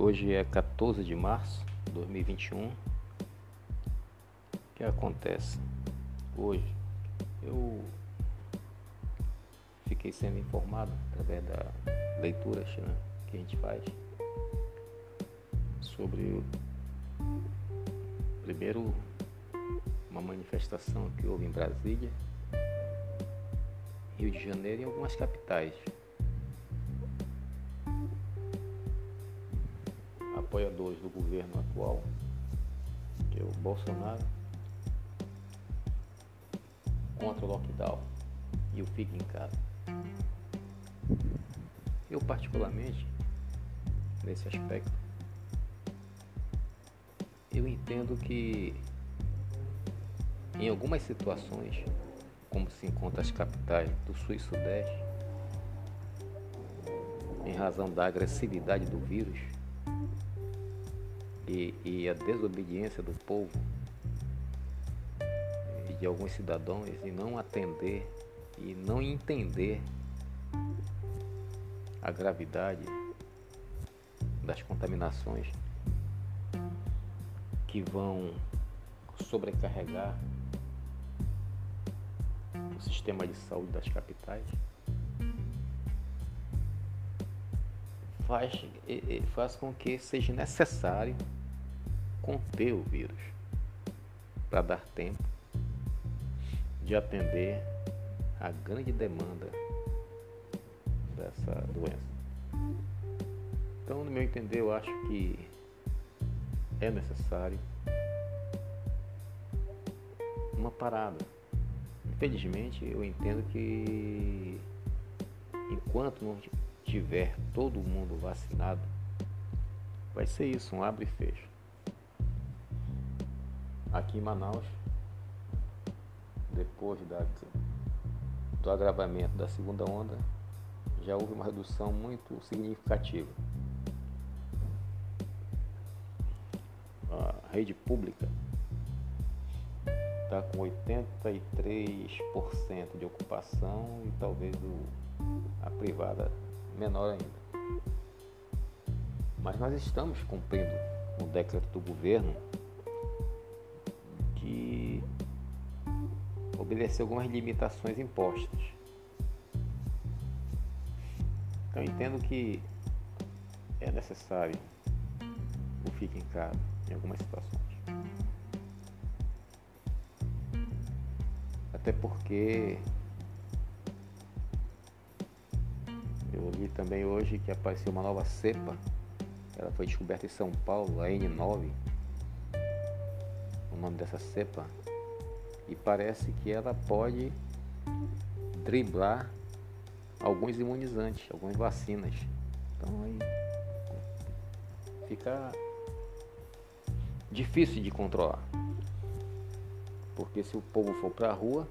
Hoje é 14 de março de 2021. O que acontece? Hoje eu fiquei sendo informado através da leituras, que a gente faz sobre primeiro uma manifestação que houve em Brasília, Rio de Janeiro e em algumas capitais. Apoiadores do governo atual, que é o Bolsonaro, contra o lockdown e o fique em casa. Eu particularmente, nesse aspecto, eu entendo que em algumas situações, como se encontra as capitais do Sul e Sudeste, em razão da agressividade do vírus e a desobediência do povo e de alguns cidadãos em não atender e não entender a gravidade das contaminações que vão sobrecarregar o sistema de saúde das capitais, faz com que seja necessário conter o vírus para dar tempo de atender a grande demanda dessa doença. Então, no meu entender, eu acho que é necessário uma parada. Infelizmente, eu entendo que enquanto não tiver todo mundo vacinado, vai ser isso, um abre e fecha. Aqui em Manaus, depois do agravamento da segunda onda, já houve uma redução muito significativa. A rede pública está com 83% de ocupação e talvez a privada menor ainda. Mas nós estamos cumprindo um decreto do governo que obedeceu algumas limitações impostas. Então eu entendo que é necessário o fique em casa em algumas situações. Até porque eu li também hoje que apareceu uma nova cepa. Ela foi descoberta em São Paulo, a N9, o nome dessa cepa, e parece que ela pode driblar alguns imunizantes, algumas vacinas. Então aí fica difícil de controlar, porque se o povo for para a rua,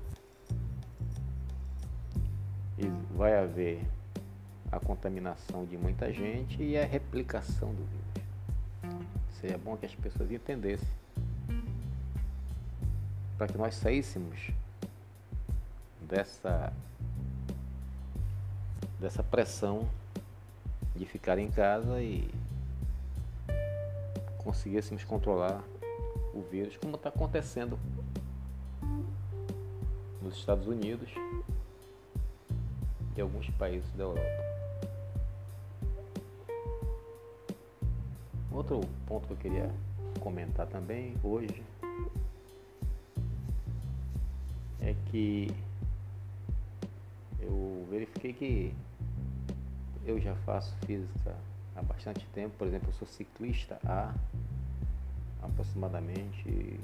vai haver a contaminação de muita gente e a replicação do vírus. Seria bom que as pessoas entendessem, para que nós saíssemos dessa pressão de ficar em casa e conseguíssemos controlar o vírus, como está acontecendo nos Estados Unidos e alguns países da Europa. Outro ponto que eu queria comentar também hoje é que eu verifiquei que eu já faço física há bastante tempo. Por exemplo, eu sou ciclista há aproximadamente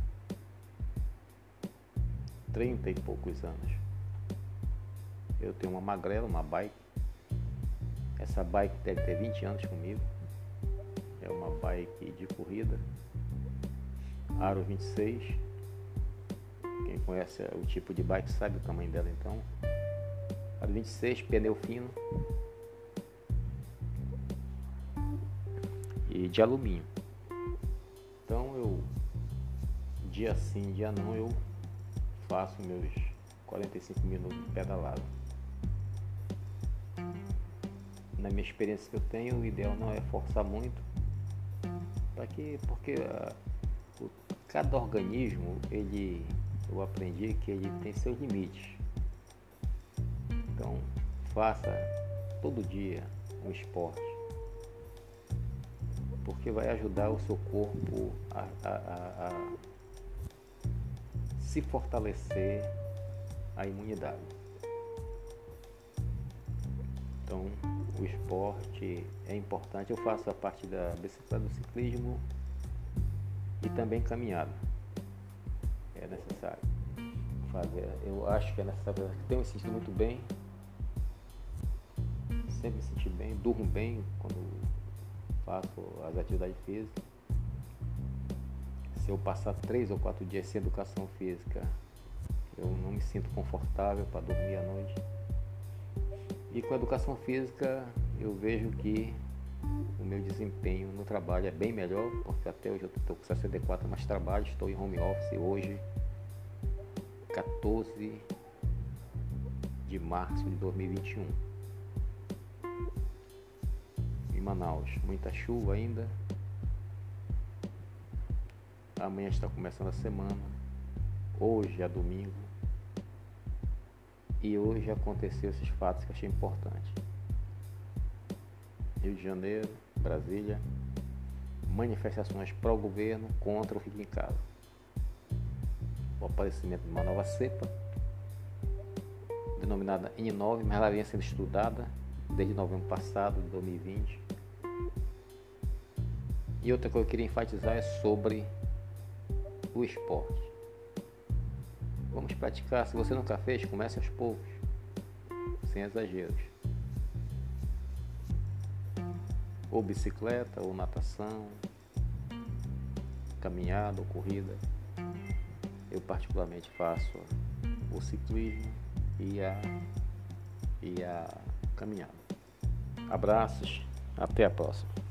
30 e poucos anos. Eu tenho uma magrela, uma bike. Essa bike deve ter 20 anos comigo. É uma bike de corrida, Aro 26. Quem conhece o tipo de bike sabe o tamanho dela, então. Aro 26, pneu fino e de alumínio. Então dia sim, dia não, eu faço meus 45 minutos de pedalada. Na minha experiência que eu tenho, o ideal não é forçar muito, Porque cada organismo, eu aprendi que ele tem seus limites. Então, faça todo dia um esporte, porque vai ajudar o seu corpo a se fortalecer a imunidade. Então, o esporte é importante. Eu faço a parte da bicicleta, do ciclismo e também caminhada. É necessário fazer. Eu acho que é necessário. Tenho me sentido muito bem. Sempre me senti bem. Durmo bem quando faço as atividades físicas. Se eu passar 3 ou 4 dias sem educação física, eu não me sinto confortável para dormir à noite. E com a educação física eu vejo que o meu desempenho no trabalho é bem melhor, porque até hoje eu estou com 64, mas trabalho, estou em home office hoje, 14 de março de 2021. Em Manaus, muita chuva ainda. Amanhã está começando a semana. Hoje é domingo. E hoje aconteceu esses fatos que eu achei importante. Rio de Janeiro, Brasília, manifestações pró-governo contra o Fique em Casa. O aparecimento de uma nova cepa, denominada N9, mas ela vinha sendo estudada desde novembro passado, de 2020. E outra coisa que eu queria enfatizar é sobre o esporte. Vamos praticar. Se você nunca fez, comece aos poucos, sem exageros. Ou bicicleta, ou natação, caminhada ou corrida. Eu particularmente faço o ciclismo e a caminhada. Abraços, até a próxima.